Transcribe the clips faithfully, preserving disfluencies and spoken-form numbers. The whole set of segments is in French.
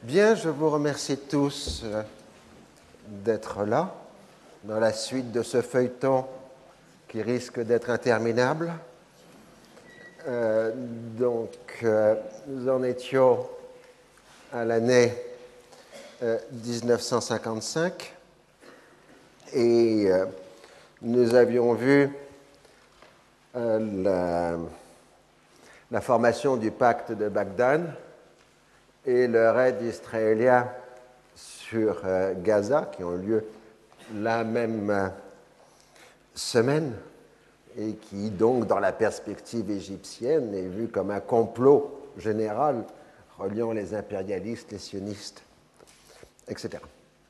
Bien, je vous remercie tous euh, d'être là dans la suite de ce feuilleton qui risque d'être interminable. Euh, donc, euh, nous en étions à l'année euh, mille neuf cent cinquante-cinq et euh, nous avions vu euh, la, la formation du pacte de Bagdad et le raid israélien sur euh, Gaza, qui ont lieu la même euh, semaine, et qui, donc, dans la perspective égyptienne, est vu comme un complot général reliant les impérialistes, les sionistes, et cetera.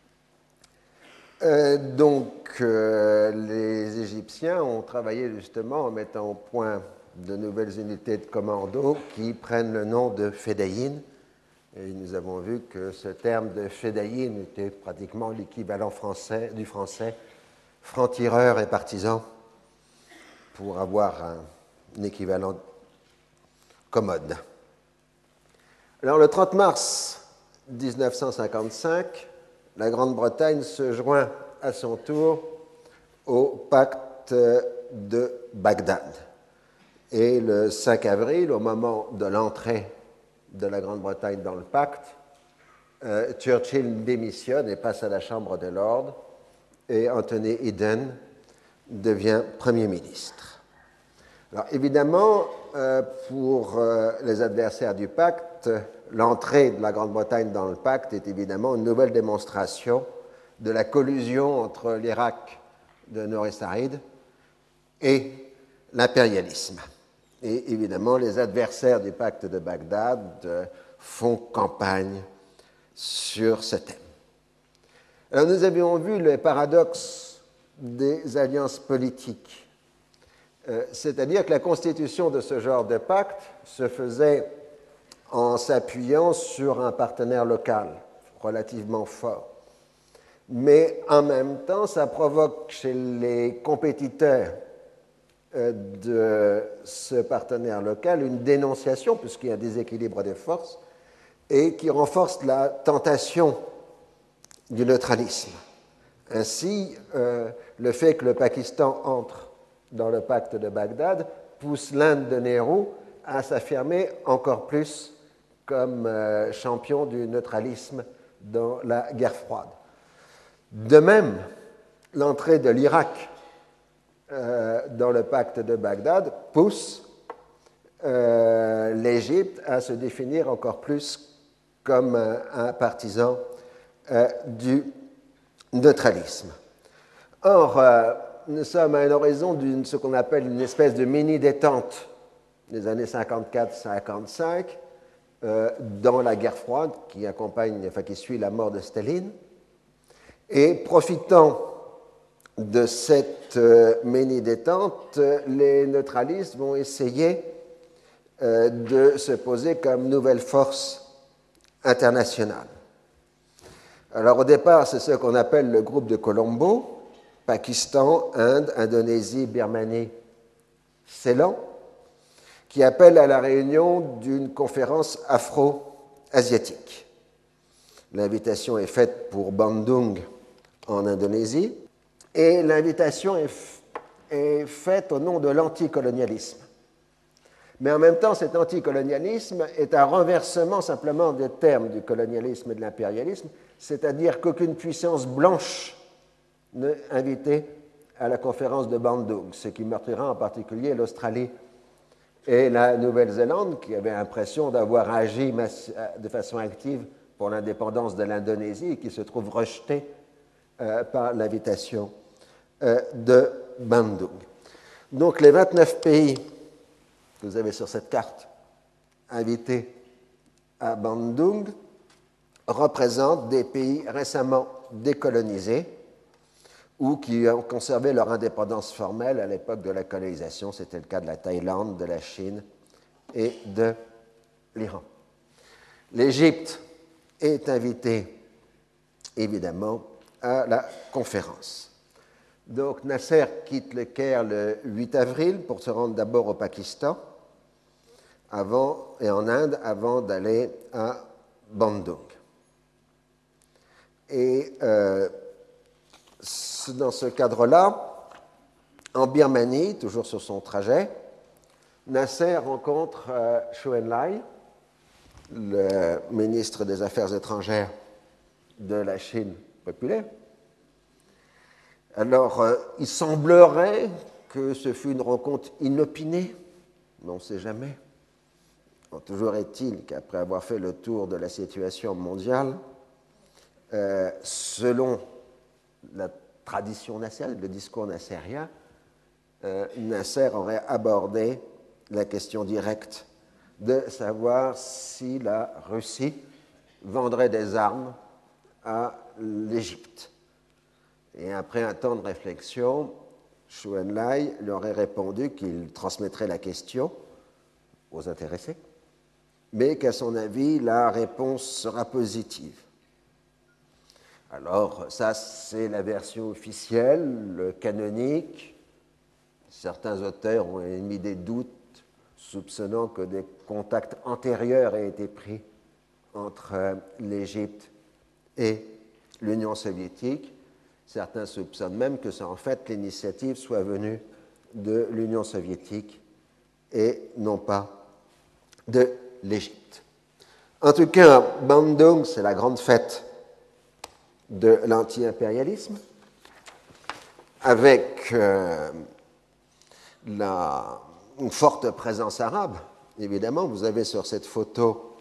Euh, donc, euh, les Égyptiens ont travaillé justement en mettant au point de nouvelles unités de commando qui prennent le nom de Fedayeen. Et nous avons vu que ce terme de Fedayeen était pratiquement l'équivalent français, du français franc-tireur et partisan, pour avoir un, un équivalent commode. Alors, le trente mars mille neuf cent cinquante-cinq, la Grande-Bretagne se joint à son tour au pacte de Bagdad. Et le cinq avril, au moment de l'entrée de la Grande-Bretagne dans le pacte, euh, Churchill démissionne et passe à la Chambre de Lords, et Anthony Eden devient Premier ministre. Alors évidemment, euh, pour euh, les adversaires du pacte, l'entrée de la Grande-Bretagne dans le pacte est évidemment une nouvelle démonstration de la collusion entre l'Irak de Nouri Saïd et l'impérialisme. Et évidemment, les adversaires du pacte de Bagdad euh, font campagne sur ce thème. Alors, nous avions vu le paradoxe des alliances politiques, euh, c'est-à-dire que la constitution de ce genre de pacte se faisait en s'appuyant sur un partenaire local relativement fort. Mais en même temps, ça provoque chez les compétiteurs de ce partenaire local une dénonciation, puisqu'il y a un déséquilibre des forces, et qui renforce la tentation du neutralisme. Ainsi, euh, le fait que le Pakistan entre dans le pacte de Bagdad pousse l'Inde de Nehru à s'affirmer encore plus comme euh, champion du neutralisme dans la guerre froide. De même, l'entrée de l'Irak Euh, dans le pacte de Bagdad pousse euh, l'Égypte à se définir encore plus comme un, un partisan euh, du neutralisme. Or, euh, nous sommes à un horizon de ce qu'on appelle une espèce de mini-détente des années cinquante-quatre cinquante-cinq euh, dans la guerre froide qui accompagne, enfin qui suit la mort de Staline, et profitant de cette euh, mini-détente, les neutralistes vont essayer euh, de se poser comme nouvelle force internationale. Alors au départ, c'est ce qu'on appelle le groupe de Colombo, Pakistan, Inde, Indonésie, Birmanie, Ceylan, qui appelle à la réunion d'une conférence afro-asiatique. L'invitation est faite pour Bandung en Indonésie, et l'invitation est, est faite au nom de l'anticolonialisme. Mais en même temps, cet anticolonialisme est un renversement simplement des termes du colonialisme et de l'impérialisme, c'est-à-dire qu'aucune puissance blanche n'est invitée à la conférence de Bandung, ce qui meurtrira en particulier l'Australie et la Nouvelle-Zélande, qui avaient l'impression d'avoir agi de façon active pour l'indépendance de l'Indonésie et qui se trouvent rejetés euh, par l'invitation de Bandung. Donc les vingt-neuf pays que vous avez sur cette carte invités à Bandung représentent des pays récemment décolonisés ou qui ont conservé leur indépendance formelle à l'époque de la colonisation. C'était le cas de la Thaïlande, de la Chine et de l'Iran. L'Égypte est invitée évidemment à la conférence. Donc Nasser quitte le Caire le huit avril pour se rendre d'abord au Pakistan avant, et en Inde avant d'aller à Bandung. Et euh, dans ce cadre-là, en Birmanie, toujours sur son trajet, Nasser rencontre euh, Chou Enlai, le ministre des Affaires étrangères de la Chine populaire. Alors, euh, il semblerait que ce fut une rencontre inopinée, mais on ne sait jamais. Bon, toujours est-il qu'après avoir fait le tour de la situation mondiale, euh, selon la tradition nassérienne, le discours nassérien, euh, Nasser aurait abordé la question directe de savoir si la Russie vendrait des armes à l'Égypte. Et après un temps de réflexion, Chou Enlai lui aurait répondu qu'il transmettrait la question aux intéressés, mais qu'à son avis, la réponse sera positive. Alors, ça, c'est la version officielle, canonique. Certains auteurs ont émis des doutes, soupçonnant que des contacts antérieurs aient été pris entre l'Égypte et l'Union soviétique. Certains soupçonnent même que c'est en fait l'initiative soit venue de l'Union soviétique et non pas de l'Égypte. En tout cas, Bandung, c'est la grande fête de l'anti-impérialisme, avec euh, la, une forte présence arabe. Évidemment, vous avez sur cette photo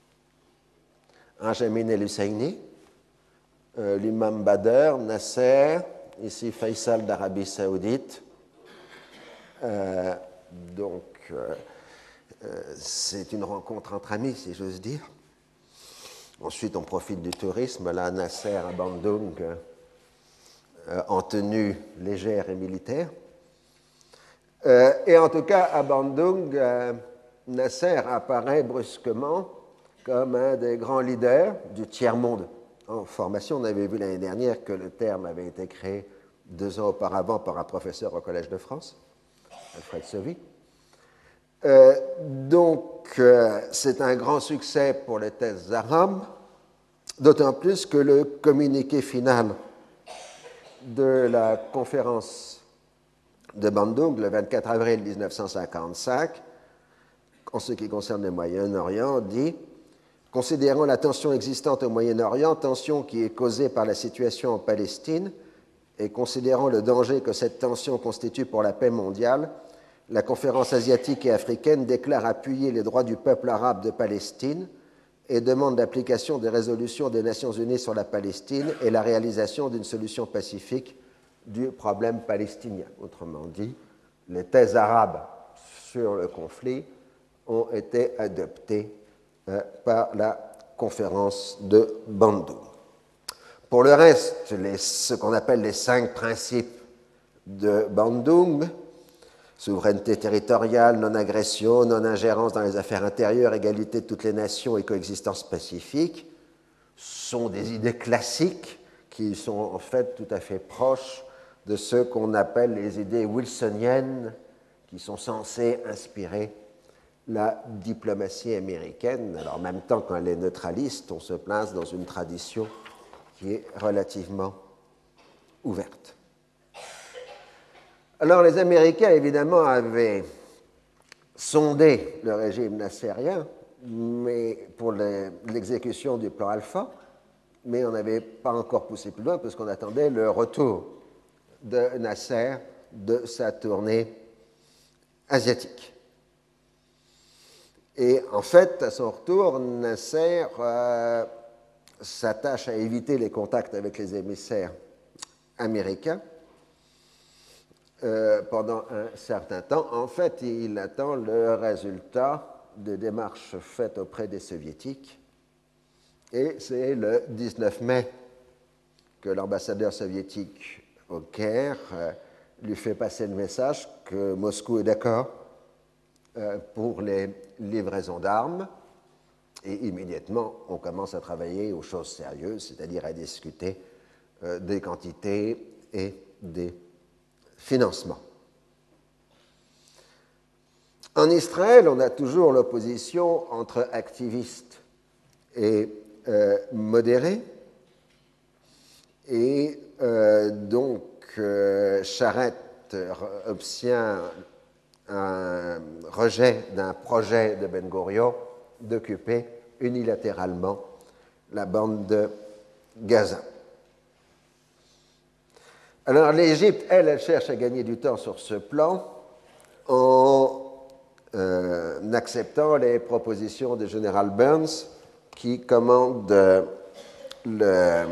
Anjamin El-Husseini, euh, l'imam Badr, Nasser, ici Faisal d'Arabie Saoudite. Euh, donc, euh, euh, c'est une rencontre entre amis, si j'ose dire. Ensuite, on profite du tourisme. Là, Nasser à Bandung, euh, en tenue légère et militaire. Euh, et en tout cas, à Bandung, euh, Nasser apparaît brusquement comme un des grands leaders du tiers-monde en formation. On avait vu l'année dernière que le terme avait été créé deux ans auparavant par un professeur au Collège de France, Alfred Sauvy. Euh, donc, euh, c'est un grand succès pour les thèses arabes, d'autant plus que le communiqué final de la conférence de Bandung, le vingt-quatre avril mille neuf cent cinquante-cinq, en ce qui concerne le Moyen-Orient, dit « Considérant la tension existante au Moyen-Orient, tension qui est causée par la situation en Palestine, et considérant le danger que cette tension constitue pour la paix mondiale, la conférence asiatique et africaine déclare appuyer les droits du peuple arabe de Palestine et demande l'application des résolutions des Nations Unies sur la Palestine et la réalisation d'une solution pacifique du problème palestinien. » Autrement dit, les thèses arabes sur le conflit ont été adoptées euh, par la conférence de Bandung. Pour le reste, les, ce qu'on appelle les cinq principes de Bandung, souveraineté territoriale, non-agression, non-ingérence dans les affaires intérieures, égalité de toutes les nations et coexistence pacifique, sont des idées classiques qui sont en fait tout à fait proches de ce qu'on appelle les idées wilsoniennes qui sont censées inspirer la diplomatie américaine. Alors, en même temps, quand elle est neutraliste, on se place dans une tradition qui est relativement ouverte. Alors, les Américains, évidemment, avaient sondé le régime nassérien mais pour l'exécution du plan Alpha, mais on n'avait pas encore poussé plus loin parce qu'on attendait le retour de Nasser de sa tournée asiatique. Et en fait, à son retour, Nasser euh, s'attache à éviter les contacts avec les émissaires américains euh, pendant un certain temps. En fait, il attend le résultat des démarches faites auprès des Soviétiques. Et c'est le dix-neuf mai que l'ambassadeur soviétique au Caire euh, lui fait passer le message que Moscou est d'accord euh, pour les livraisons d'armes. Et immédiatement, on commence à travailler aux choses sérieuses, c'est-à-dire à discuter euh, des quantités et des financements. En Israël, on a toujours l'opposition entre activistes et euh, modérés. donc, euh, Charette obtient un rejet d'un projet de Ben Gurion d'occuper unilatéralement la bande de Gaza. Alors l'Égypte, elle, elle cherche à gagner du temps sur ce plan en euh, acceptant les propositions du général Burns qui commande euh, le,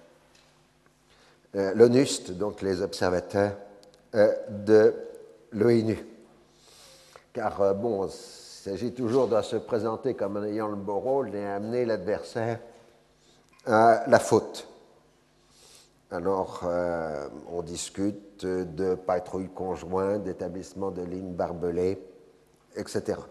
euh, l'ONUST, donc les observateurs euh, de l'ONU. Car, euh, bon, il s'agit toujours de se présenter comme en ayant le beau rôle et amener l'adversaire à la faute. Alors, euh, on discute de patrouilles conjointes, d'établissement de lignes barbelées, et cetera.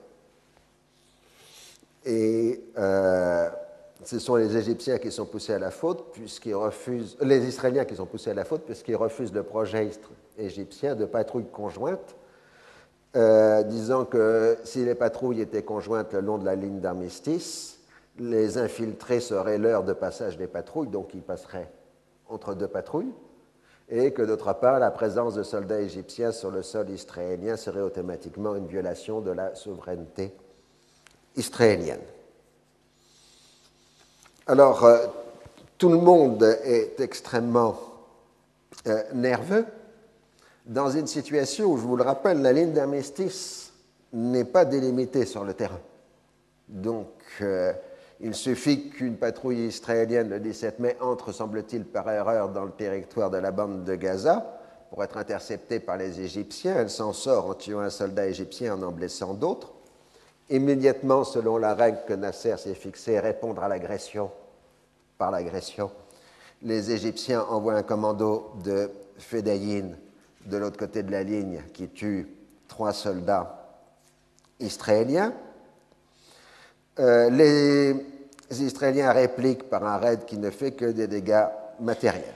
Et euh, ce sont les Égyptiens qui sont poussés à la faute, puisqu'ils refusent, les Israéliens qui sont poussés à la faute, puisqu'ils refusent le projet égyptien de patrouille conjointe, euh, disant que si les patrouilles étaient conjointes le long de la ligne d'armistice, les infiltrés seraient l'heure de passage des patrouilles, donc ils passeraient entre deux patrouilles, et que d'autre part, la présence de soldats égyptiens sur le sol israélien serait automatiquement une violation de la souveraineté israélienne. Alors, euh, tout le monde est extrêmement euh, nerveux dans une situation où, je vous le rappelle, la ligne d'armistice n'est pas délimitée sur le terrain. Donc, euh, il suffit qu'une patrouille israélienne, le dix-sept mai, entre, semble-t-il, par erreur dans le territoire de la bande de Gaza pour être interceptée par les Égyptiens. Elle s'en sort en tuant un soldat égyptien, en en blessant d'autres. Immédiatement, selon la règle que Nasser s'est fixée, répondre à l'agression par l'agression. Les Égyptiens envoient un commando de Fedayin de l'autre côté de la ligne qui tue trois soldats israéliens. Euh, les Israéliens répliquent par un raid qui ne fait que des dégâts matériels.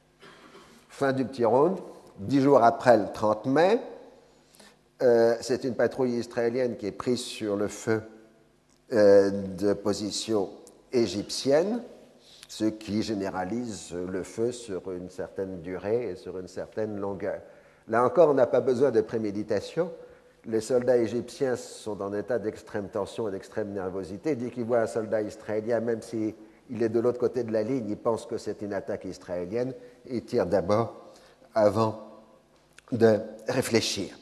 Fin du petit round. Dix jours après, le trente mai, euh, c'est une patrouille israélienne qui est prise sur le feu euh, de position égyptienne, ce qui généralise le feu sur une certaine durée et sur une certaine longueur. Là encore, on n'a pas besoin de préméditation. Les soldats égyptiens sont en état d'extrême tension et d'extrême nervosité. Dès qu'ils voient un soldat israélien, même s'il est de l'autre côté de la ligne, ils pensent que c'est une attaque israélienne. Ils tirent d'abord avant de réfléchir.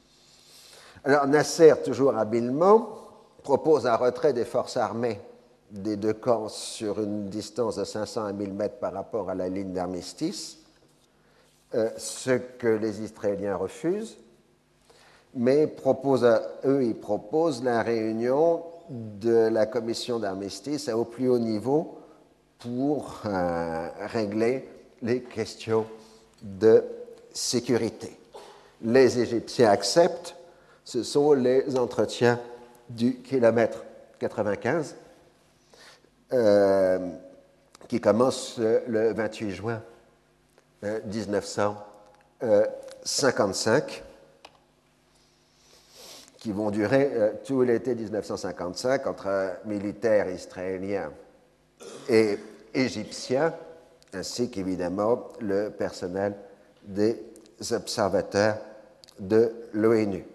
Alors Nasser, toujours habilement, propose un retrait des forces armées des deux camps sur une distance de cinq cents à mille mètres par rapport à la ligne d'armistice, euh, ce que les Israéliens refusent, mais proposent à eux, ils proposent la réunion de la commission d'armistice au plus haut niveau pour euh, régler les questions de sécurité. Les Égyptiens acceptent, ce sont les entretiens du kilomètre quatre-vingt-quinze euh, qui commencent le vingt-huit juin euh, mille neuf cent cinquante-cinq, qui vont durer euh, tout l'été mille neuf cent cinquante-cinq entre militaires israéliens et égyptiens, ainsi qu'évidemment le personnel des observateurs de l'ONU.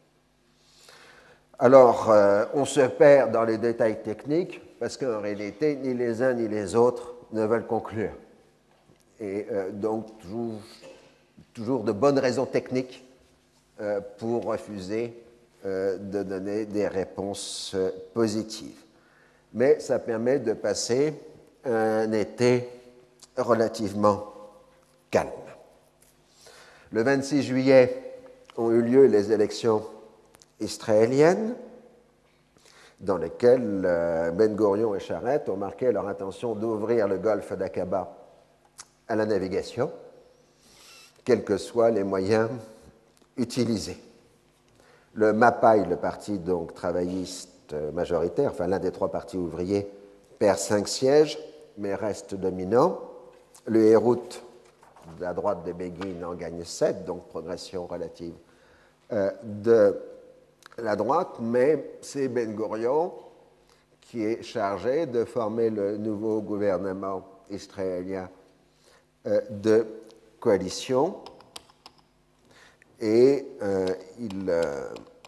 Alors, euh, on se perd dans les détails techniques parce qu'en réalité, ni les uns ni les autres ne veulent conclure. Et euh, donc, toujours, toujours de bonnes raisons techniques euh, pour refuser euh, de donner des réponses euh, positives. Mais ça permet de passer un été relativement calme. Le vingt-six juillet ont eu lieu les élections israéliennes, dans lesquelles Ben Gurion et Charette ont marqué leur intention d'ouvrir le golfe d'Aqaba à la navigation, quels que soient les moyens utilisés. Le MAPAI, le parti donc travailliste majoritaire, enfin l'un des trois partis ouvriers, perd cinq sièges, mais reste dominant. Le Hérout, de la droite de Begin, en gagne sept, donc progression relative euh, de la droite, mais c'est Ben Gurion qui est chargé de former le nouveau gouvernement israélien euh, de coalition et euh, il, euh,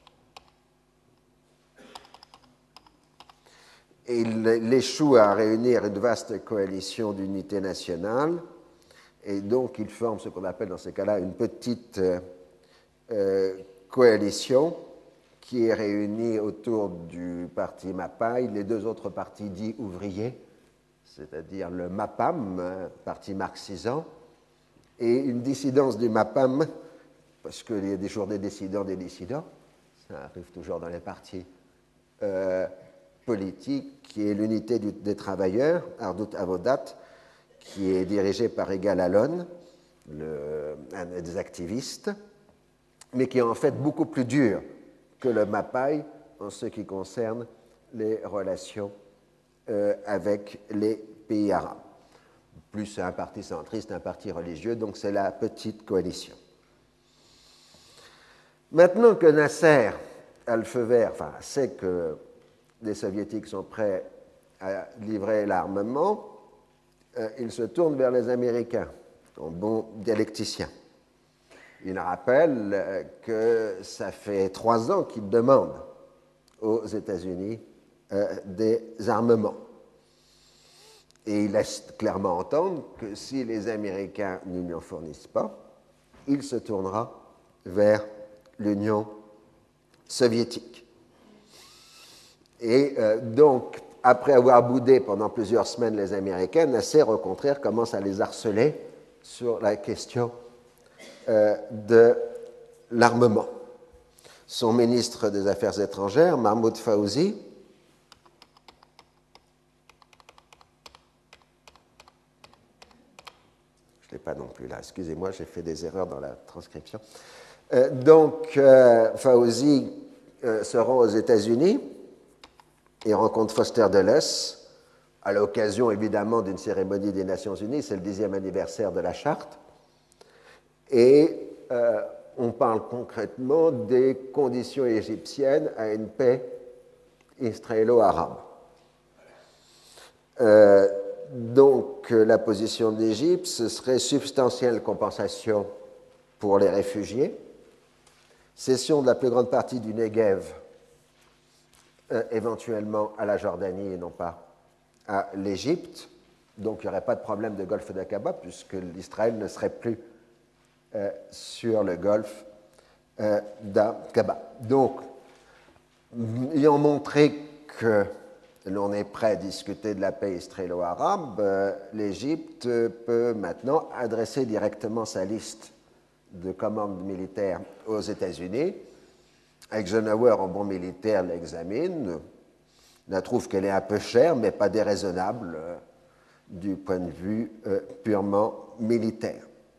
il, il échoue à réunir une vaste coalition d'unité nationale et donc il forme ce qu'on appelle dans ces cas-là une petite euh, euh, coalition qui est réunie autour du parti Mapai, les deux autres partis dits ouvriers, c'est-à-dire le MAPAM, parti marxisant, et une dissidence du MAPAM, parce qu'il y a des journées dissidents des dissidents, ça arrive toujours dans les partis euh, politiques, qui est l'unité du, des travailleurs, Ardout Avodat, qui est dirigé par Egal Alon, le, un des activistes, mais qui est en fait beaucoup plus dur que le MAPAI en ce qui concerne les relations euh, avec les pays arabes. Plus un parti centriste, un parti religieux, donc c'est la petite coalition. Maintenant que Nasser a le feu vert, enfin, sait que les soviétiques sont prêts à livrer l'armement, euh, il se tourne vers les Américains, en bon dialecticien. Il rappelle euh, que ça fait trois ans qu'il demande aux États-Unis euh, des armements. Et il laisse clairement entendre que si les Américains ne lui en fournissent pas, il se tournera vers l'Union soviétique. Et euh, donc, après avoir boudé pendant plusieurs semaines les Américains, Nasser, au contraire, commence à les harceler sur la question euh, de l'armement. Son ministre des Affaires étrangères, Mahmoud Fawzi, je ne l'ai pas non plus là, excusez-moi, j'ai fait des erreurs dans la transcription. Euh, donc, euh, Fawzi euh, se rend aux États-Unis et rencontre Foster Dulles à l'occasion évidemment d'une cérémonie des Nations Unies, c'est le dixième anniversaire de la Charte, et euh, on parle concrètement des conditions égyptiennes à une paix israélo-arabe. Euh, donc, la position de l'Égypte, ce serait substantielle compensation pour les réfugiés, cession de la plus grande partie du Negev, euh, éventuellement à la Jordanie et non pas à l'Égypte. Donc, il n'y aurait pas de problème de golfe d'Aqaba, puisque l'Israël ne serait plus euh, sur le golfe euh, d'Aqaba. Donc, ayant montré que l'on est prêt à discuter de la paix israélo-arabe, euh, l'Égypte peut maintenant adresser directement sa liste de commandes militaires aux États-Unis. Eisenhower, en bon militaire, l'examine, la trouve qu'elle est un peu chère, mais pas déraisonnable euh, du point de vue euh, purement militaire.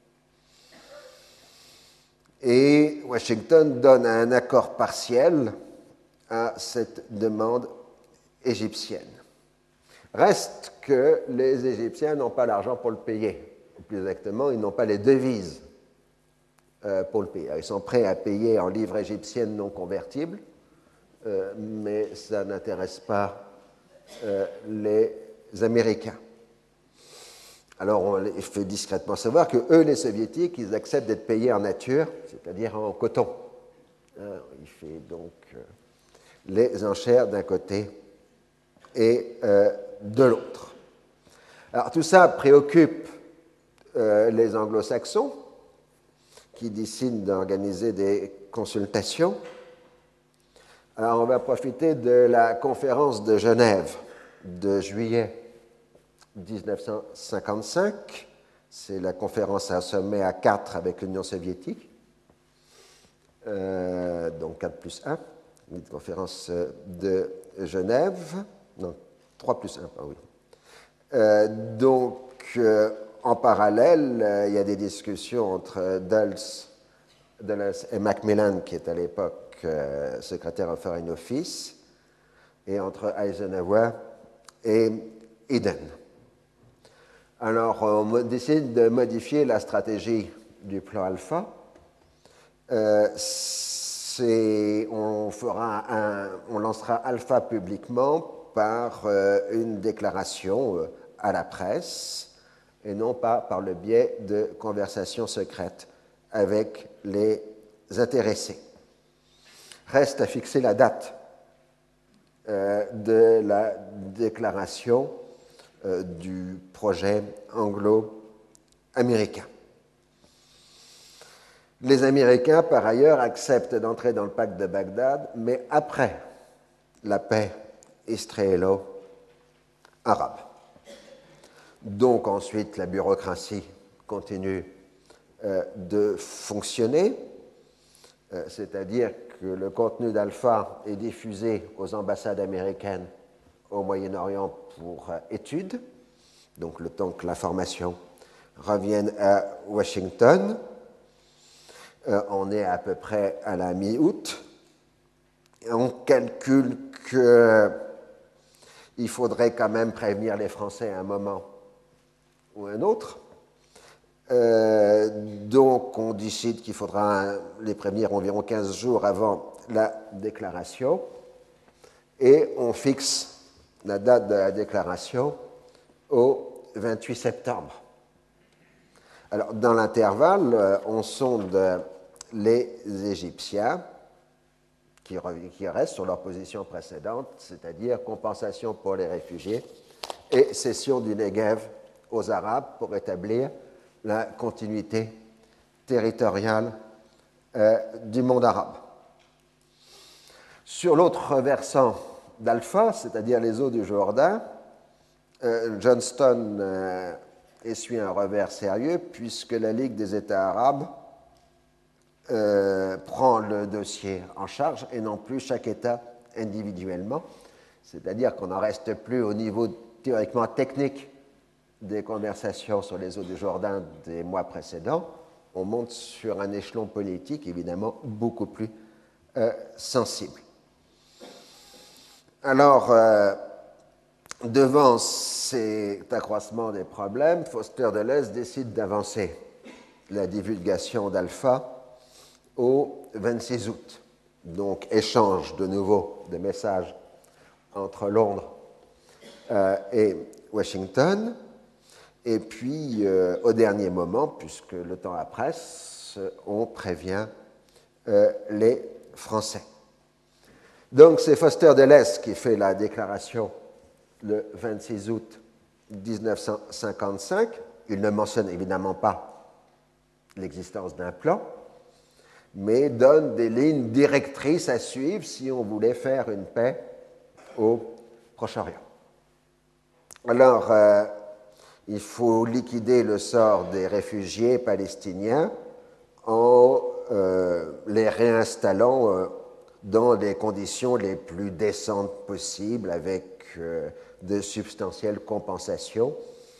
Et Washington donne un accord partiel à cette demande égyptienne. Reste que les Égyptiens n'ont pas l'argent pour le payer. Plus exactement, ils n'ont pas les devises euh, pour le payer. Ils sont prêts à payer en livres égyptiennes non convertibles, euh, mais ça n'intéresse pas euh, les Américains. Alors on les fait discrètement savoir que eux, les Soviétiques, ils acceptent d'être payés en nature, c'est-à-dire en coton. Alors, il fait donc euh, les enchères d'un côté et euh, de l'autre. Alors tout ça préoccupe euh, les anglo-saxons qui décident d'organiser des consultations. Alors on va profiter de la conférence de Genève de juillet mille neuf cent cinquante-cinq. C'est la conférence à un sommet à quatre avec l'Union soviétique, euh, donc quatre plus un, une conférence de Genève. Non, trois plus un, ah oui. Euh, donc, euh, en parallèle, euh, il y a des discussions entre Dulles, Dulles et Macmillan, qui est à l'époque euh, secrétaire au Foreign Office, et entre Eisenhower et Eden. Alors, on décide de modifier la stratégie du plan Alpha. Euh, on, fera un, on lancera Alpha publiquement par euh, une déclaration euh, à la presse et non pas par le biais de conversations secrètes avec les intéressés. Reste à fixer la date euh, de la déclaration euh, du projet anglo-américain. Les Américains, par ailleurs, acceptent d'entrer dans le pacte de Bagdad, mais après la paix israélo-arabe. Donc ensuite, la bureaucratie continue euh, de fonctionner, euh, c'est-à-dire que le contenu d'Alpha est diffusé aux ambassades américaines au Moyen-Orient pour euh, études, donc le temps que l'information revienne à Washington. Euh, on est à peu près à la mi-août. On calcule qu'il faudrait quand même prévenir les Français à un moment ou un autre. Euh, donc, on décide qu'il faudra les prévenir environ quinze jours avant la déclaration et on fixe la date de la déclaration au vingt-huit septembre. Alors, dans l'intervalle, on sonde les Égyptiens qui, qui restent sur leur position précédente, c'est-à-dire compensation pour les réfugiés et cession du Negev aux Arabes pour établir la continuité territoriale euh, du monde arabe. Sur l'autre versant d'Alpha, c'est-à-dire les eaux du Jourdain, euh, Johnston euh, essuie un revers sérieux puisque la Ligue des États arabes euh, prend le dossier en charge et non plus chaque État individuellement, c'est-à-dire qu'on n'en reste plus au niveau théoriquement technique des conversations sur les eaux du Jourdain des mois précédents, on monte sur un échelon politique évidemment beaucoup plus euh, sensible. Alors, euh, devant cet accroissement des problèmes, Foster Dulles décide d'avancer la divulgation d'Alpha au vingt-six août. Donc, échange de nouveau de messages entre Londres euh, et Washington. Et puis, euh, au dernier moment, puisque le temps presse, on prévient euh, les Français. Donc, c'est Foster Dulles qui fait la déclaration le vingt-six août mille neuf cent cinquante-cinq. Il ne mentionne évidemment pas l'existence d'un plan, mais donne des lignes directrices à suivre si on voulait faire une paix au Proche-Orient. Alors, euh, il faut liquider le sort des réfugiés palestiniens en euh, les réinstallant euh, dans les conditions les plus décentes possibles, avec euh, de substantielles compensations,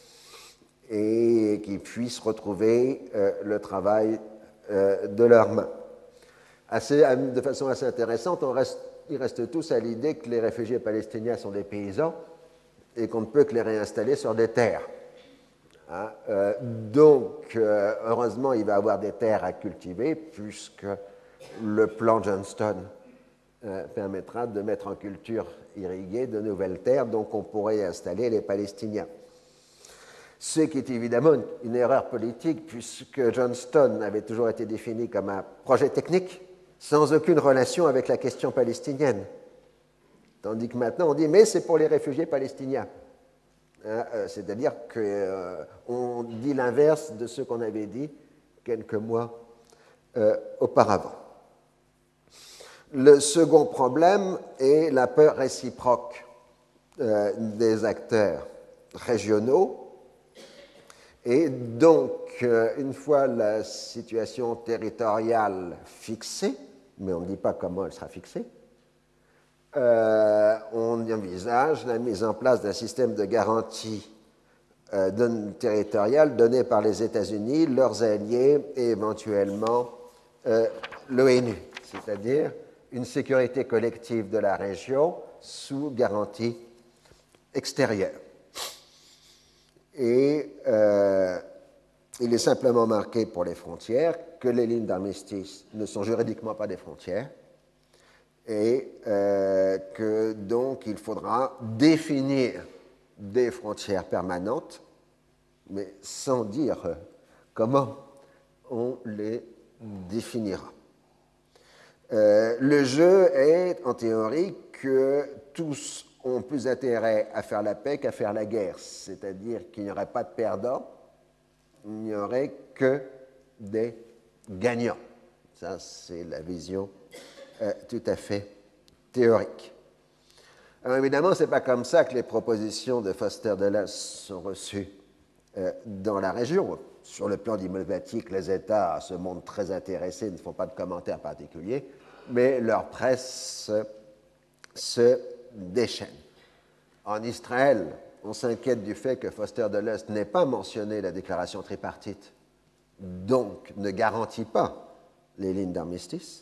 et qu'ils puissent retrouver euh, le travail euh, de leurs mains. Assez, de façon assez intéressante, on reste, ils restent tous à l'idée que les réfugiés palestiniens sont des paysans et qu'on ne peut que les réinstaller sur des terres. Hein, euh, donc, euh, heureusement, il va y avoir des terres à cultiver, puisque le plan Johnston euh, permettra de mettre en culture irriguée de nouvelles terres, donc on pourrait y installer les Palestiniens. Ce qui est évidemment une, une erreur politique, puisque Johnston avait toujours été défini comme un projet technique, sans aucune relation avec la question palestinienne. Tandis que maintenant, on dit, mais c'est pour les réfugiés palestiniens. C'est-à-dire qu'on dit l'inverse de ce qu'on avait dit quelques mois euh, auparavant. Le second problème est la peur réciproque euh, des acteurs régionaux. Et donc, euh, une fois la situation territoriale fixée, mais on ne dit pas comment elle sera fixée, Euh, on envisage la mise en place d'un système de garantie euh, don- territoriale donné par les États-Unis, leurs alliés et éventuellement euh, l'ONU, c'est-à-dire une sécurité collective de la région sous garantie extérieure. Et euh, il est simplement marqué pour les frontières que les lignes d'armistice ne sont juridiquement pas des frontières, et euh, que donc il faudra définir des frontières permanentes mais sans dire comment on les définira. Euh, le jeu est, en théorie, que tous ont plus intérêt à faire la paix qu'à faire la guerre, c'est-à-dire qu'il n'y aurait pas de perdants, il n'y aurait que des gagnants. Ça, c'est la vision euh, tout à fait théorique. Alors évidemment, ce n'est pas comme ça que les propositions de Foster Dulles sont reçues euh, dans la région. Sur le plan diplomatique, les États se montrent très intéressés, ne font pas de commentaires particuliers, mais leur presse se déchaîne. En Israël, on s'inquiète du fait que Foster Dulles n'ait pas mentionné la déclaration tripartite, donc ne garantit pas les lignes d'armistice.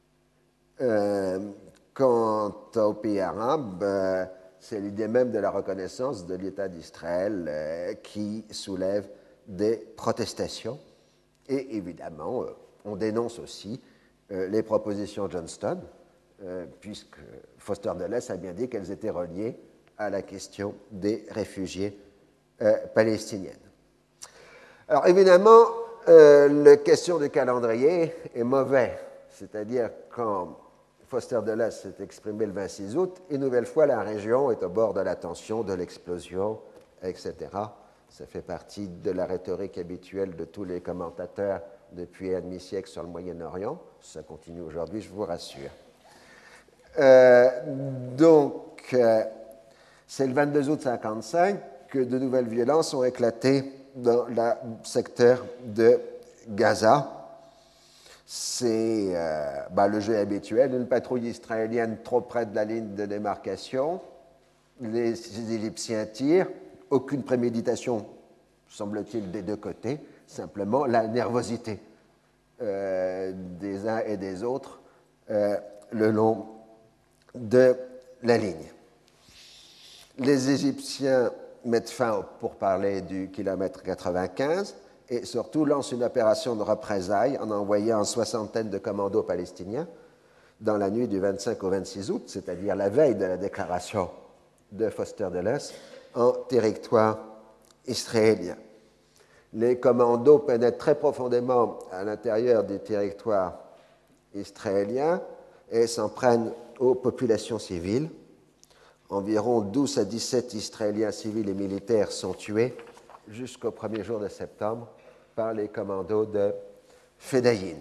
Euh, quant aux pays arabes, euh, c'est l'idée même de la reconnaissance de l'État d'Israël euh, qui soulève des protestations. Et évidemment, euh, on dénonce aussi euh, les propositions Johnston, euh, puisque Foster Dulles a bien dit qu'elles étaient reliées à la question des réfugiés euh, palestiniennes. Alors évidemment, euh, la question du calendrier est mauvaise, c'est-à-dire quand Foster Dulles s'est exprimé le vingt-six août, une nouvelle fois la région est au bord de la tension, de l'explosion, et cetera. Ça fait partie de la rhétorique habituelle de tous les commentateurs depuis un demi-siècle sur le Moyen-Orient. Ça continue aujourd'hui, je vous rassure. Euh, donc, euh, c'est le vingt-deux août mille neuf cent cinquante-cinq que de nouvelles violences ont éclaté dans le secteur de Gaza. C'est euh, ben, le jeu habituel, une patrouille israélienne trop près de la ligne de démarcation, les, les Égyptiens tirent, aucune préméditation, semble-t-il, des deux côtés, simplement la nervosité euh, des uns et des autres euh, le long de la ligne. Les Égyptiens mettent fin pour parler du kilomètre quatre-vingt-quinze et surtout lancent une opération de représailles en envoyant une soixantaine de commandos palestiniens dans la nuit du vingt-cinq au vingt-six août, c'est-à-dire la veille de la déclaration de Foster Dulles, en territoire israélien. Les commandos pénètrent très profondément à l'intérieur du territoire israélien et s'en prennent aux populations civiles. Environ douze à dix-sept Israéliens civils et militaires sont tués jusqu'au premier jour de septembre par les commandos de Fedayin.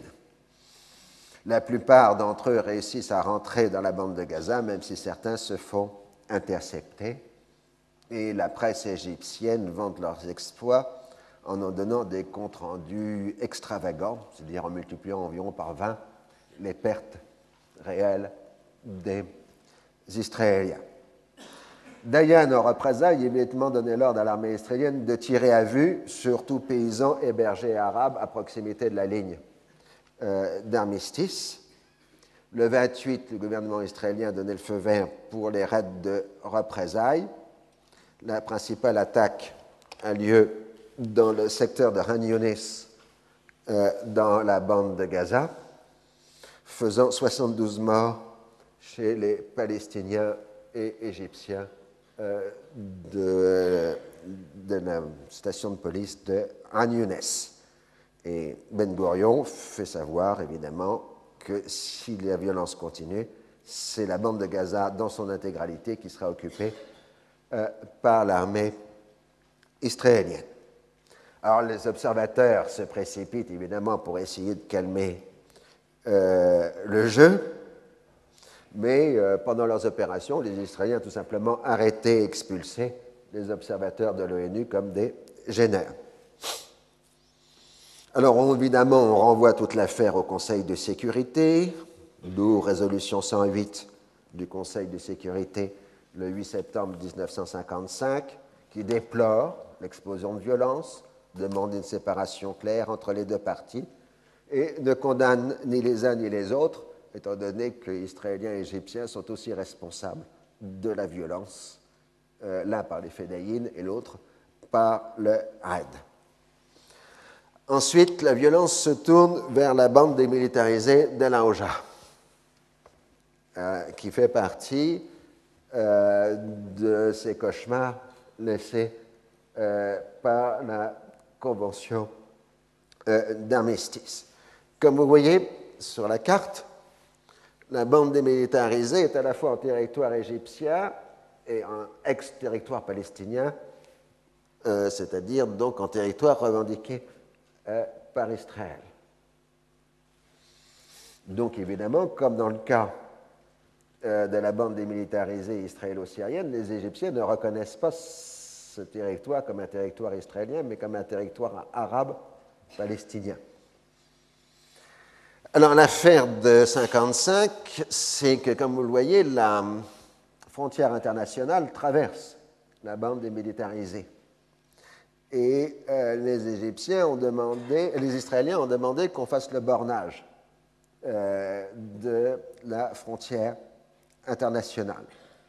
La plupart d'entre eux réussissent à rentrer dans la bande de Gaza, même si certains se font intercepter. Et la presse égyptienne vante leurs exploits en en donnant des comptes rendus extravagants, c'est-à-dire en multipliant environ par vingt les pertes réelles des Israéliens. Dayan, en représailles, immédiatement donné l'ordre à l'armée israélienne de tirer à vue sur tout paysan et berger arabe à proximité de la ligne euh, d'armistice. Le vingt-huit, le gouvernement israélien a donné le feu vert pour les raids de représailles. La principale attaque a lieu dans le secteur de Khan Younis, euh, dans la bande de Gaza, faisant soixante-douze morts chez les Palestiniens et Égyptiens euh, de, de la station de police de Khan Younis. Et Ben Gurion fait savoir, évidemment, que si la violence continue, c'est la bande de Gaza dans son intégralité qui sera occupée euh, par l'armée israélienne. Alors les observateurs se précipitent évidemment pour essayer de calmer euh, le jeu, mais euh, pendant leurs opérations, les Israéliens ont tout simplement arrêté et expulsé les observateurs de l'ONU comme des gêneurs. Alors on, évidemment, on renvoie toute l'affaire au Conseil de sécurité, d'où résolution cent huit du Conseil de sécurité le huit septembre mille neuf cent cinquante-cinq, qui déplore l'explosion de violence, demande une séparation claire entre les deux parties et ne condamne ni les uns ni les autres, étant donné que Israéliens et Égyptiens sont aussi responsables de la violence, euh, l'un par les Fedayin et l'autre par le Haïd. Ensuite, la violence se tourne vers la bande démilitarisée d'El Aouja, euh, qui fait partie euh, de ces cauchemars laissés euh, par la convention euh, d'armistice. Comme vous voyez sur la carte, la bande démilitarisée est à la fois en territoire égyptien et en ex-territoire palestinien, euh, c'est-à-dire donc en territoire revendiqué euh, par Israël. Donc évidemment, comme dans le cas euh, de la bande démilitarisée israélo-syrienne, les Égyptiens ne reconnaissent pas ce territoire comme un territoire israélien, mais comme un territoire arabe palestinien. Alors l'affaire de mille neuf cent cinquante-cinq, c'est que, comme vous le voyez, la frontière internationale traverse la bande démilitarisée. Et euh, les Égyptiens ont demandé, les Israéliens ont demandé qu'on fasse le bornage euh, de la frontière internationale.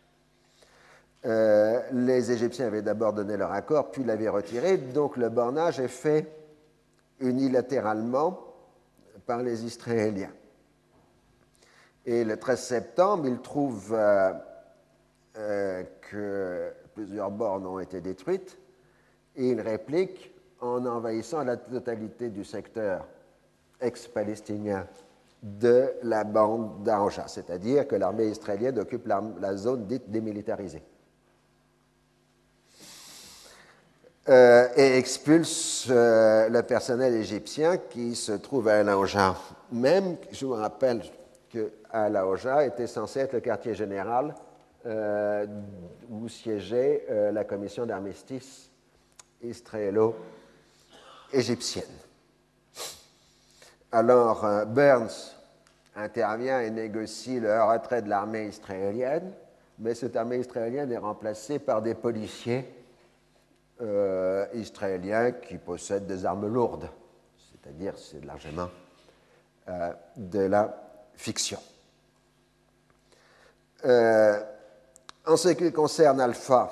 Euh, les Égyptiens avaient d'abord donné leur accord, puis l'avaient retiré, donc le bornage est fait unilatéralement par les Israéliens. Et le treize septembre, ils trouvent euh, euh, que plusieurs bornes ont été détruites et ils répliquent en envahissant la totalité du secteur ex-palestinien de la bande d'Arusha, c'est-à-dire que l'armée israélienne occupe la, la zone dite démilitarisée. Euh, et expulse euh, le personnel égyptien qui se trouve à Al-Aouja. Même, je vous rappelle que Al-Aouja était censé être le quartier général euh, où siégeait euh, la commission d'armistice israélo-égyptienne. Alors, euh, Burns intervient et négocie le retrait de l'armée israélienne, mais cette armée israélienne est remplacée par des policiers Euh, israéliens qui possèdent des armes lourdes, c'est-à-dire c'est largement euh, de la fiction. Euh, en ce qui concerne Alpha,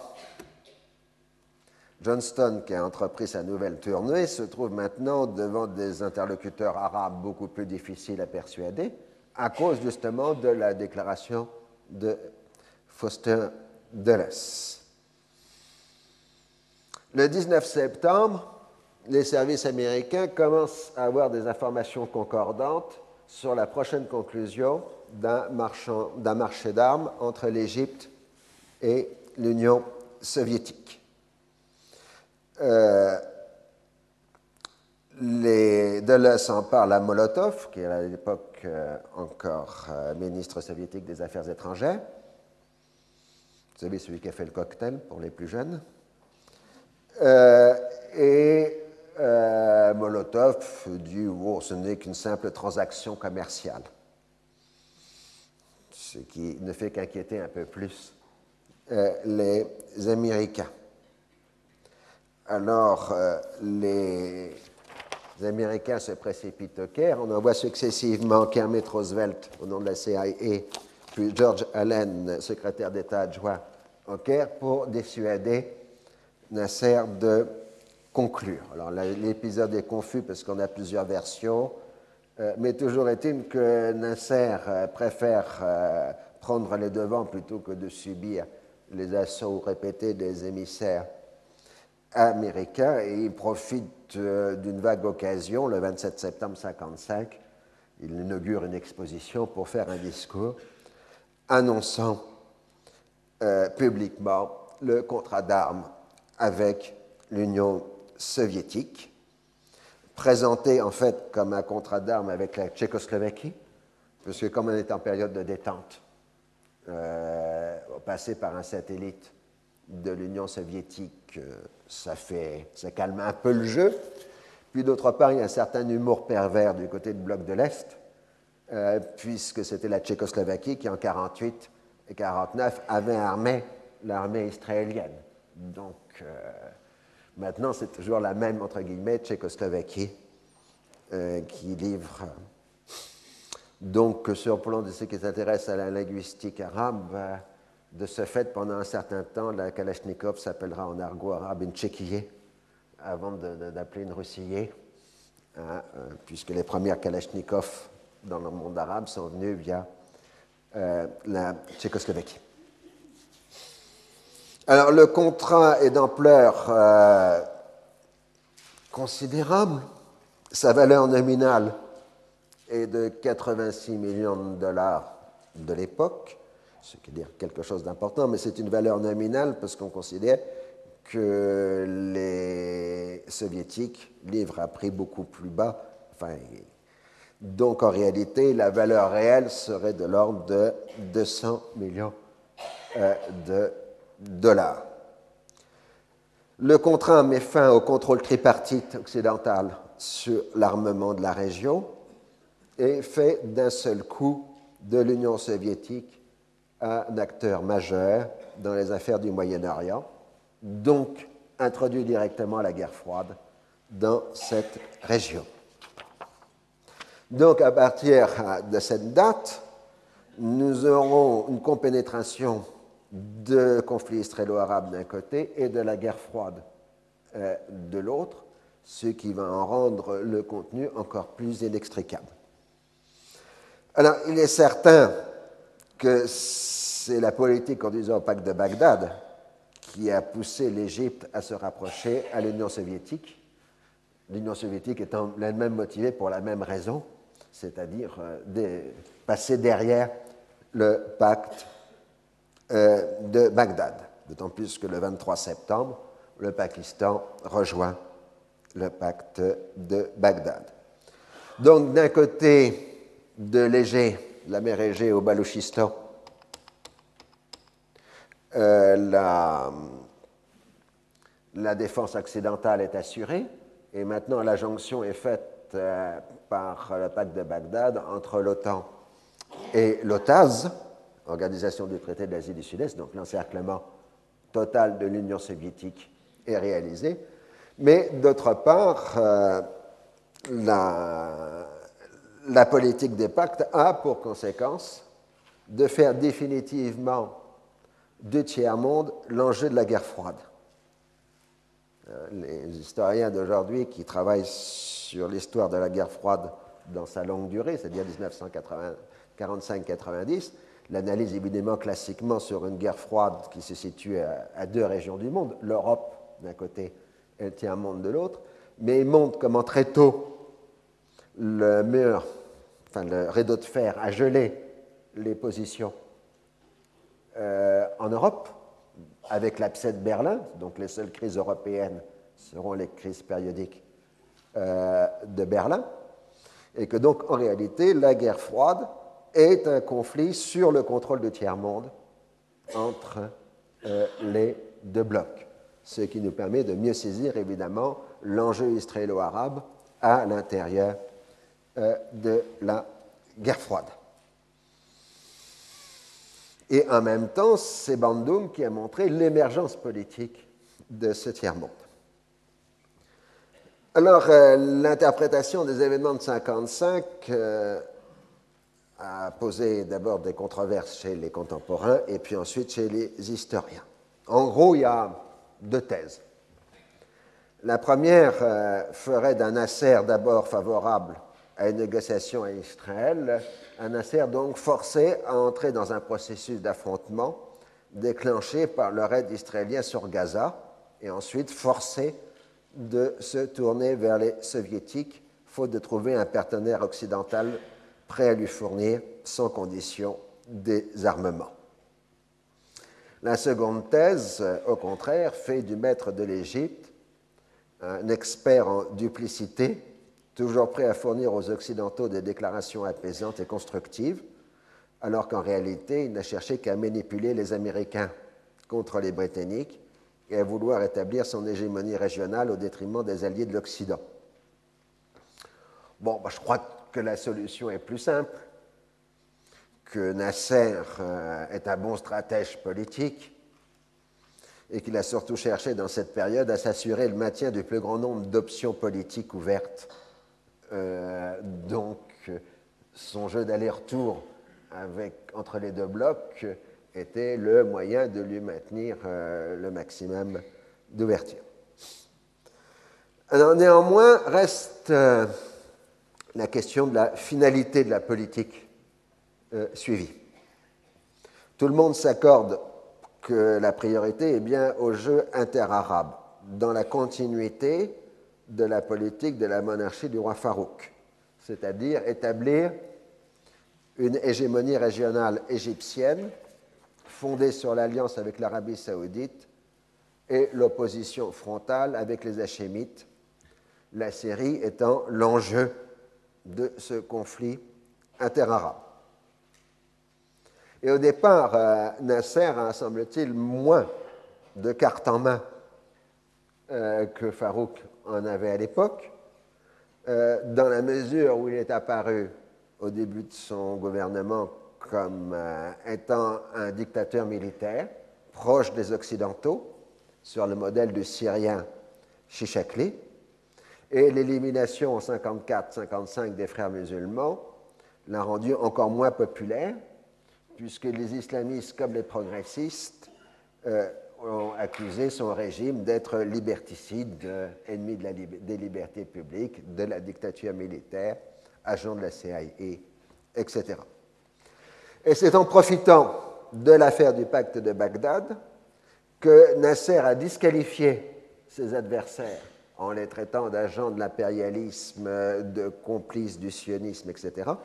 Johnston, qui a entrepris sa nouvelle tournée, se trouve maintenant devant des interlocuteurs arabes beaucoup plus difficiles à persuader, à cause justement de la déclaration de Foster Dulles. Le dix-neuf septembre, les services américains commencent à avoir des informations concordantes sur la prochaine conclusion d'un, marchand, d'un marché d'armes entre l'Égypte et l'Union soviétique. Euh, les Dulles en parlent à Molotov, qui est à l'époque euh, encore euh, ministre soviétique des Affaires étrangères. Vous savez, celui qui a fait le cocktail pour les plus jeunes. Euh, et euh, Molotov dit oh, ce n'est qu'une simple transaction commerciale, ce qui ne fait qu'inquiéter un peu plus euh, les Américains. Alors, euh, les Américains se précipitent au Caire. On envoie successivement Kermit Roosevelt au nom de la C I A, puis George Allen, secrétaire d'État adjoint au Caire, pour dissuader Nasser de conclure. Alors l'épisode est confus parce qu'on a plusieurs versions, euh, mais toujours est-il que Nasser euh, préfère euh, prendre les devants plutôt que de subir les assauts répétés des émissaires américains, et il profite euh, d'une vague occasion. Le vingt-sept septembre mille neuf cent cinquante-cinq, il inaugure une exposition pour faire un discours annonçant euh, publiquement le contrat d'armes avec l'Union soviétique, présenté en fait comme un contrat d'armes avec la Tchécoslovaquie, puisque comme on est en période de détente, euh, passer par un satellite de l'Union soviétique, euh, ça, fait, ça calme un peu le jeu. Puis d'autre part, il y a un certain humour pervers du côté du bloc de l'Est, euh, puisque c'était la Tchécoslovaquie qui en mille neuf cent quarante-huit et mille neuf cent quarante-neuf avait armé l'armée israélienne. Donc, euh, maintenant, c'est toujours la même, entre guillemets, Tchécoslovaquie euh, qui livre. Donc, sur le plan de ce qui s'intéresse à la linguistique arabe, euh, de ce fait, pendant un certain temps, la Kalachnikov s'appellera en argot arabe une tchéquillée, avant de, de, d'appeler une roussillée, hein, euh, puisque les premières Kalachnikov dans le monde arabe sont venues via euh, la Tchécoslovaquie. Alors, le contrat est d'ampleur euh, considérable. Sa valeur nominale est de quatre-vingt-six millions de dollars de l'époque, ce qui veut dire quelque chose d'important, mais c'est une valeur nominale parce qu'on considère que les soviétiques livrent à prix beaucoup plus bas. Enfin, donc, en réalité, la valeur réelle serait de l'ordre de deux cents millions euh, de dollars. Le contrat met fin au contrôle tripartite occidental sur l'armement de la région et fait d'un seul coup de l'Union soviétique un acteur majeur dans les affaires du Moyen-Orient, donc introduit directement la guerre froide dans cette région. Donc, à partir de cette date, nous aurons une compénétration de conflits israélo-arabes d'un côté et de la guerre froide euh, de l'autre, ce qui va en rendre le contenu encore plus inextricable. Alors, il est certain que c'est la politique conduisant au pacte de Bagdad qui a poussé l'Égypte à se rapprocher à l'Union soviétique, l'Union soviétique étant elle-même motivée pour la même raison, c'est-à-dire euh, de passer derrière le pacte euh, de Bagdad. D'autant plus que le vingt-trois septembre, le Pakistan rejoint le pacte de Bagdad. Donc, d'un côté de l'Égée, la mer Égée au Balochistan, euh, la, la défense occidentale est assurée, et maintenant la jonction est faite euh, par le pacte de Bagdad entre l'OTAN et l'OTAS, Organisation du traité de l'Asie du Sud-Est, donc l'encerclement total de l'Union soviétique est réalisé. Mais d'autre part, euh, la, la politique des pactes a pour conséquence de faire définitivement du tiers-monde l'enjeu de la guerre froide. Les historiens d'aujourd'hui qui travaillent sur l'histoire de la guerre froide dans sa longue durée, c'est-à-dire dix-neuf cent quarante-cinq quatre-vingt-dix, l'analyse évidemment classiquement sur une guerre froide qui se situe à, à deux régions du monde, l'Europe d'un côté et le tiers-monde de l'autre, mais il montre comment très tôt le mur, enfin le rideau de fer a gelé les positions euh, en Europe, avec l'abcès de Berlin, donc les seules crises européennes seront les crises périodiques euh, de Berlin, et que donc en réalité la guerre froide est un conflit sur le contrôle du tiers-monde entre euh, les deux blocs, ce qui nous permet de mieux saisir évidemment l'enjeu israélo-arabe à l'intérieur euh, de la guerre froide. Et en même temps, c'est Bandung qui a montré l'émergence politique de ce tiers-monde. Alors, euh, l'interprétation des événements de mille neuf cent cinquante-cinq euh, a posé d'abord des controverses chez les contemporains et puis ensuite chez les historiens. En gros, il y a deux thèses. La première euh, ferait d'un Nasser d'abord favorable à une négociation à Israël, un Nasser donc forcé à entrer dans un processus d'affrontement déclenché par le raid israélien sur Gaza et ensuite forcé de se tourner vers les soviétiques, faute de trouver un partenaire occidental prêt à lui fournir sans condition des armements. La seconde thèse, au contraire, fait du maître de l'Égypte un expert en duplicité, toujours prêt à fournir aux Occidentaux des déclarations apaisantes et constructives, alors qu'en réalité, il n'a cherché qu'à manipuler les Américains contre les Britanniques et à vouloir établir son hégémonie régionale au détriment des alliés de l'Occident. Bon, bah, je crois que la solution est plus simple, que Nasser euh, est un bon stratège politique et qu'il a surtout cherché dans cette période à s'assurer le maintien du plus grand nombre d'options politiques ouvertes. Euh, donc, son jeu d'aller-retour avec, entre les deux blocs était le moyen de lui maintenir euh, le maximum d'ouverture. Alors, néanmoins, reste euh, la question de la finalité de la politique euh, suivie. Tout le monde s'accorde que la priorité est bien au jeu interarabe, dans la continuité de la politique de la monarchie du roi Farouk, c'est-à-dire établir une hégémonie régionale égyptienne fondée sur l'alliance avec l'Arabie saoudite et l'opposition frontale avec les Hachémites, la Syrie étant l'enjeu de ce conflit interarabe. Et au départ, euh, Nasser a, semble-t-il, moins de cartes en main euh, que Farouk en avait à l'époque, euh, dans la mesure où il est apparu au début de son gouvernement comme euh, étant un dictateur militaire proche des Occidentaux, sur le modèle du Syrien Chichakli, et l'élimination en mille neuf cent cinquante-quatre cinquante-cinq des frères musulmans l'a rendu encore moins populaire, puisque les islamistes comme les progressistes euh, ont accusé son régime d'être liberticide, euh, ennemi de la lib- des libertés publiques, de la dictature militaire, agent de la C I A, et cetera. Et c'est en profitant de l'affaire du pacte de Bagdad que Nasser a disqualifié ses adversaires en les traitant d'agents de l'impérialisme, de complices du sionisme, et cetera.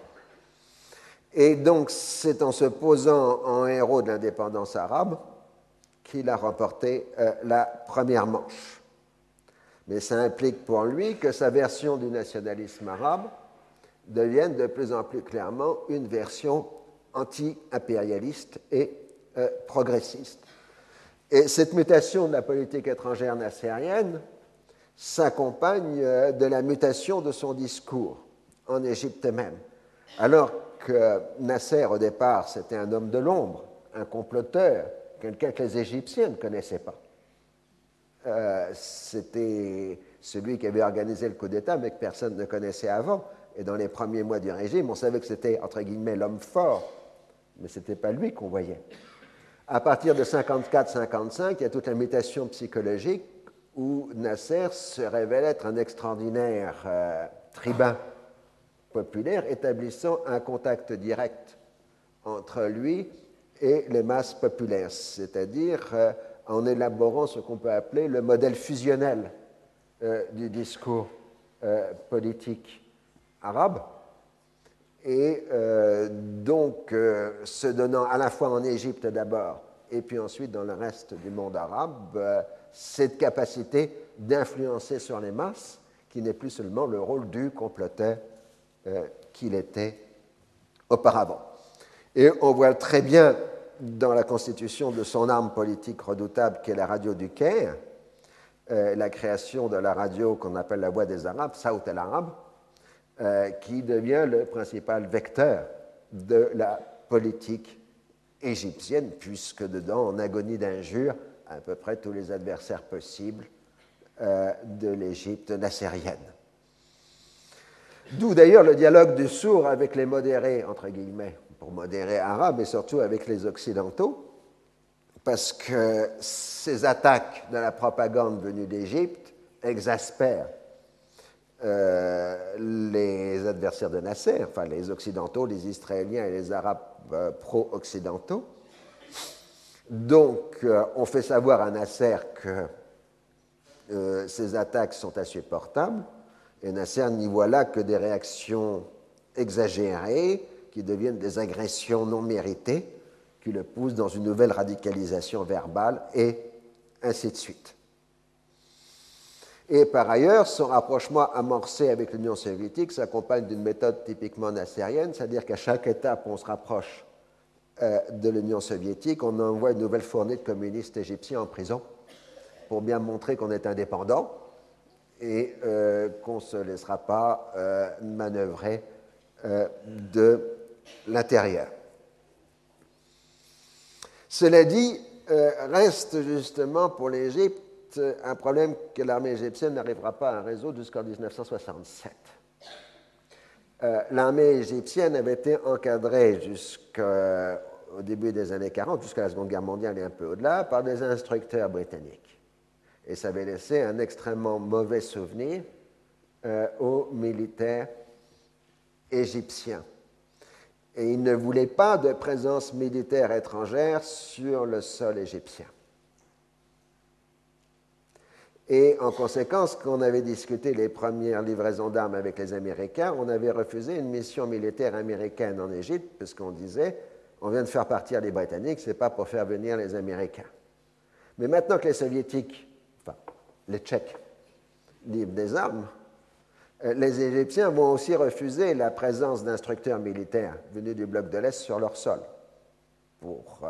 Et donc, c'est en se posant en héros de l'indépendance arabe qu'il a remporté euh, la première manche. Mais ça implique pour lui que sa version du nationalisme arabe devienne de plus en plus clairement une version anti-impérialiste et euh, progressiste. Et cette mutation de la politique étrangère nassérienne s'accompagne euh, de la mutation de son discours en Égypte même. Alors que Nasser, au départ, c'était un homme de l'ombre, un comploteur, quelqu'un que les Égyptiens ne connaissaient pas. Euh, c'était celui qui avait organisé le coup d'État, mais que personne ne connaissait avant. Et dans les premiers mois du régime, on savait que c'était, entre guillemets, l'homme fort, mais ce n'était pas lui qu'on voyait. À partir de cinquante-quatre cinquante-cinq, il y a toute la mutation psychologique où Nasser se révèle être un extraordinaire euh, tribun populaire, établissant un contact direct entre lui et les masses populaires, c'est-à-dire euh, en élaborant ce qu'on peut appeler le modèle fusionnel euh, du discours euh, politique arabe, et euh, donc euh, se donnant à la fois en Égypte d'abord et puis ensuite dans le reste du monde arabe, euh, cette capacité d'influencer sur les masses qui n'est plus seulement le rôle du comploteur euh, qu'il était auparavant. Et on voit très bien dans la constitution de son arme politique redoutable qu'est la radio du Caire, euh, la création de la radio qu'on appelle la Voix des Arabes, Saout el-Arab, euh, qui devient le principal vecteur de la politique égyptienne, puisque dedans, en agonie d'injures, à peu près tous les adversaires possibles euh, de l'Égypte nassérienne. D'où d'ailleurs le dialogue du sourd avec les modérés, entre guillemets, pour modérés arabes, et surtout avec les occidentaux, parce que ces attaques de la propagande venue d'Égypte exaspèrent euh, les adversaires de Nasser, enfin les occidentaux, les Israéliens et les Arabes euh, pro-occidentaux. Donc, euh, on fait savoir à Nasser que euh, ces attaques sont insupportables, et Nasser n'y voit là que des réactions exagérées qui deviennent des agressions non méritées, qui le poussent dans une nouvelle radicalisation verbale, et ainsi de suite. Et par ailleurs, son rapprochement amorcé avec l'Union soviétique s'accompagne d'une méthode typiquement nassérienne, c'est-à-dire qu'à chaque étape où on se rapproche euh, de l'Union soviétique, on envoie une nouvelle fournée de communistes égyptiens en prison pour bien montrer qu'on est indépendant et euh, qu'on ne se laissera pas euh, manœuvrer euh, de l'intérieur. Cela dit, euh, reste justement pour l'Égypte un problème que l'armée égyptienne n'arrivera pas à résoudre jusqu'en mille neuf cent soixante-sept. Euh, l'armée égyptienne avait été encadrée jusqu'au début des années quarante, jusqu'à la Seconde Guerre mondiale et un peu au-delà, par des instructeurs britanniques. Et ça avait laissé un extrêmement mauvais souvenir euh, aux militaires égyptiens. Et il ne voulait pas de présence militaire étrangère sur le sol égyptien. Et en conséquence, quand on avait discuté les premières livraisons d'armes avec les Américains, on avait refusé une mission militaire américaine en Égypte, parce qu'on disait, on vient de faire partir les Britanniques, ce n'est pas pour faire venir les Américains. Mais maintenant que les Soviétiques, enfin les Tchèques, livrent des armes, les Égyptiens vont aussi refuser la présence d'instructeurs militaires venus du bloc de l'Est sur leur sol, pour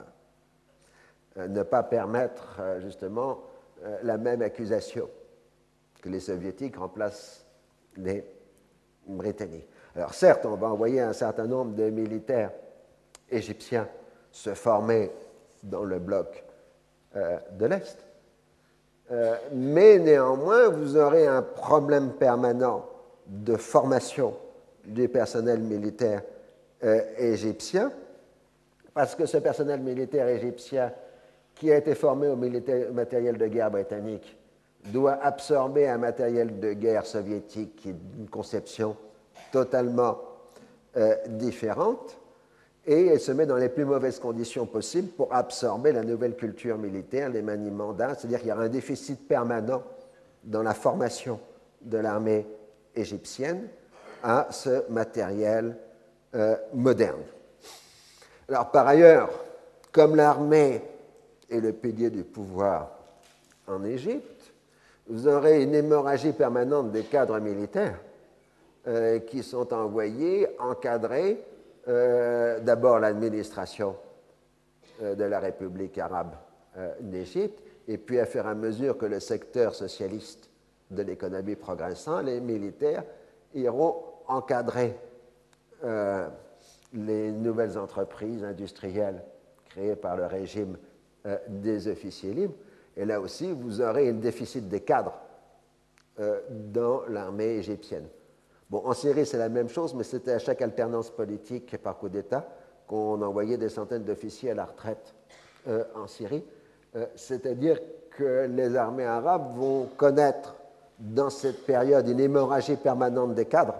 euh, ne pas permettre euh, justement la même accusation que les Soviétiques remplacent les Britanniques. Alors certes, on va envoyer un certain nombre de militaires égyptiens se former dans le bloc euh, de l'Est, euh, mais néanmoins, vous aurez un problème permanent de formation du personnel militaire euh, égyptien, parce que ce personnel militaire égyptien qui a été formé au matériel de guerre britannique doit absorber un matériel de guerre soviétique qui est d'une conception totalement euh, différente, et elle se met dans les plus mauvaises conditions possibles pour absorber la nouvelle culture militaire, les maniements d'armes, c'est-à-dire qu'il y a un déficit permanent dans la formation de l'armée égyptienne à ce matériel euh, moderne. Alors par ailleurs, comme l'armée est le pilier du pouvoir en Égypte, vous aurez une hémorragie permanente des cadres militaires euh, qui sont envoyés encadrer euh, d'abord l'administration euh, de la République arabe euh, d'Égypte, et puis à fur et à mesure que le secteur socialiste de l'économie progressant, les militaires iront encadrer euh, les nouvelles entreprises industrielles créées par le régime euh, des officiers libres. Et là aussi, vous aurez un déficit des cadres euh, dans l'armée égyptienne. Bon, en Syrie, c'est la même chose, mais c'était à chaque alternance politique par coup d'État qu'on envoyait des centaines d'officiers à la retraite euh, en Syrie. Euh, c'est-à-dire que les armées arabes vont connaître dans cette période une hémorragie permanente des cadres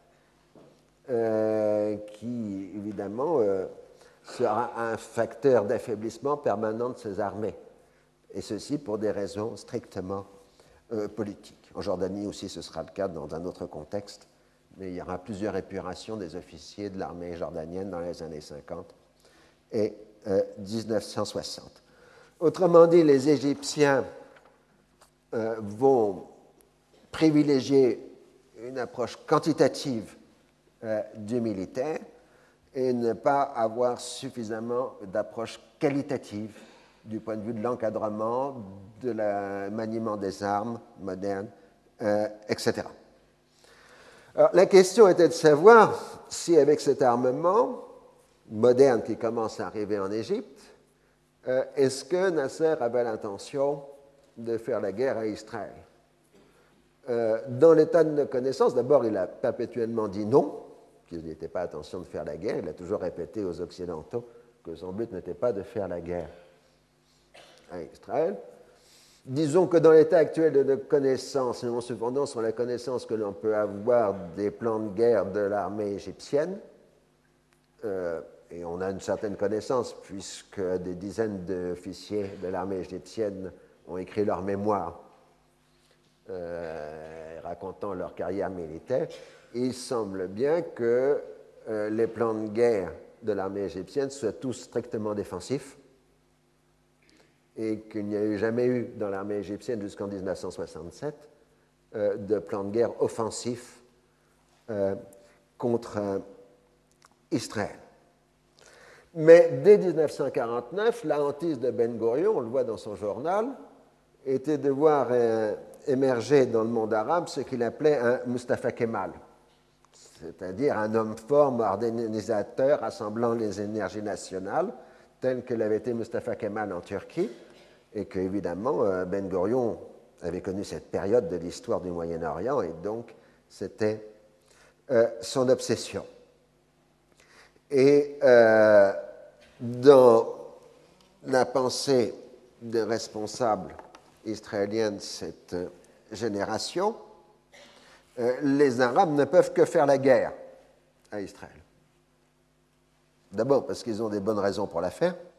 euh, qui, évidemment, euh, sera un facteur d'affaiblissement permanent de ces armées. Et ceci pour des raisons strictement euh, politiques. En Jordanie aussi, ce sera le cas dans un autre contexte, mais il y aura plusieurs épurations des officiers de l'armée jordanienne dans les années cinquante et euh, mille neuf cent soixante. Autrement dit, les Égyptiens euh, vont privilégier une approche quantitative euh, du militaire et ne pas avoir suffisamment d'approche qualitative du point de vue de l'encadrement, de la maniement des armes modernes, euh, et cetera. Alors, la question était de savoir si, avec cet armement moderne qui commence à arriver en Égypte, euh, est-ce que Nasser avait l'intention de faire la guerre à Israël? Euh, dans l'état de nos connaissances, d'abord, il a perpétuellement dit non, qu'il n'était pas intention de faire la guerre. Il a toujours répété aux Occidentaux que son but n'était pas de faire la guerre à Israël. Disons que dans l'état actuel de nos connaissances, et non cependant sur la connaissance que l'on peut avoir des plans de guerre de l'armée égyptienne, euh, et on a une certaine connaissance puisque des dizaines d'officiers de l'armée égyptienne ont écrit leurs mémoires euh, racontant leur carrière militaire, il semble bien que euh, les plans de guerre de l'armée égyptienne soient tous strictement défensifs et qu'il n'y a eu jamais eu dans l'armée égyptienne jusqu'en mille neuf cent soixante-sept euh, de plan de guerre offensif euh, contre euh, Israël. Mais dès mille neuf cent quarante-neuf, la hantise de Ben Gurion, on le voit dans son journal, était de voir euh, émerger dans le monde arabe ce qu'il appelait un Mustafa Kemal, c'est-à-dire un homme fort, modernisateur, rassemblant les énergies nationales, tel que l'avait été Mustafa Kemal en Turquie, et que, évidemment, Ben Gurion avait connu cette période de l'histoire du Moyen-Orient, et donc c'était euh, son obsession. Et euh, dans la pensée des responsables israéliens de cette génération, euh, les Arabes ne peuvent que faire la guerre à Israël. D'abord parce qu'ils ont des bonnes raisons pour la faire,